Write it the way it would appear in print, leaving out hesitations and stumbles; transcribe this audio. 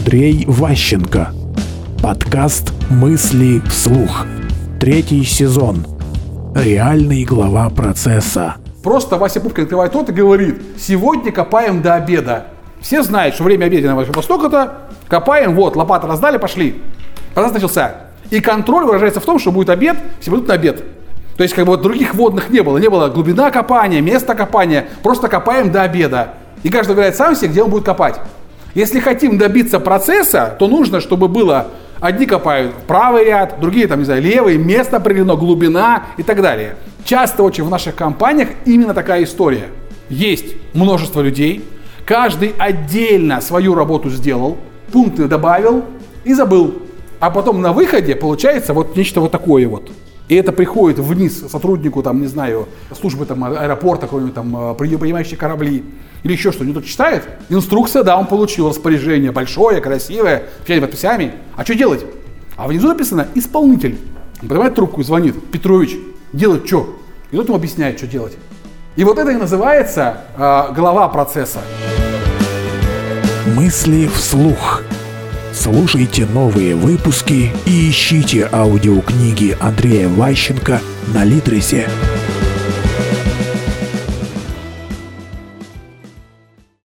Андрей Ващенко. Подкаст «Мысли вслух». 3 сезон. Реальный глава процесса. Просто Вася Пупкин открывает рот и говорит: сегодня копаем до обеда. Все знают, что время обеденного во столько-то. Копаем, вот, лопаты раздали, пошли. Процесс начался. И контроль выражается в том, что будет обед, все будут на обед. То есть, как бы вот других вводных не было. Не было глубина копания, место копания. Просто копаем до обеда. И каждый выбирает сам себе, где он будет копать. Если хотим добиться процесса, то нужно, чтобы было: одни копают правый ряд, другие, там, не знаю, левый, место определено, глубина и так далее. Часто очень в наших компаниях именно такая история. Есть множество людей, каждый отдельно свою работу сделал, пункты добавил и забыл. А потом на выходе получается вот нечто вот такое вот. И это приходит вниз сотруднику, там, не знаю, службы там, аэропорта, какой-нибудь там, принимающие корабли или еще что-нибудь. Тут читает, инструкция, да, он получил распоряжение большое, красивое, с подписями. А что делать? А внизу написано «исполнитель». Он поднимает трубку и звонит: Петрович, делать что? И тот ему объясняет, что делать. И вот это и называется глава процесса. Мысли вслух. Слушайте новые выпуски и ищите аудиокниги Андрея Ващенко на Литресе.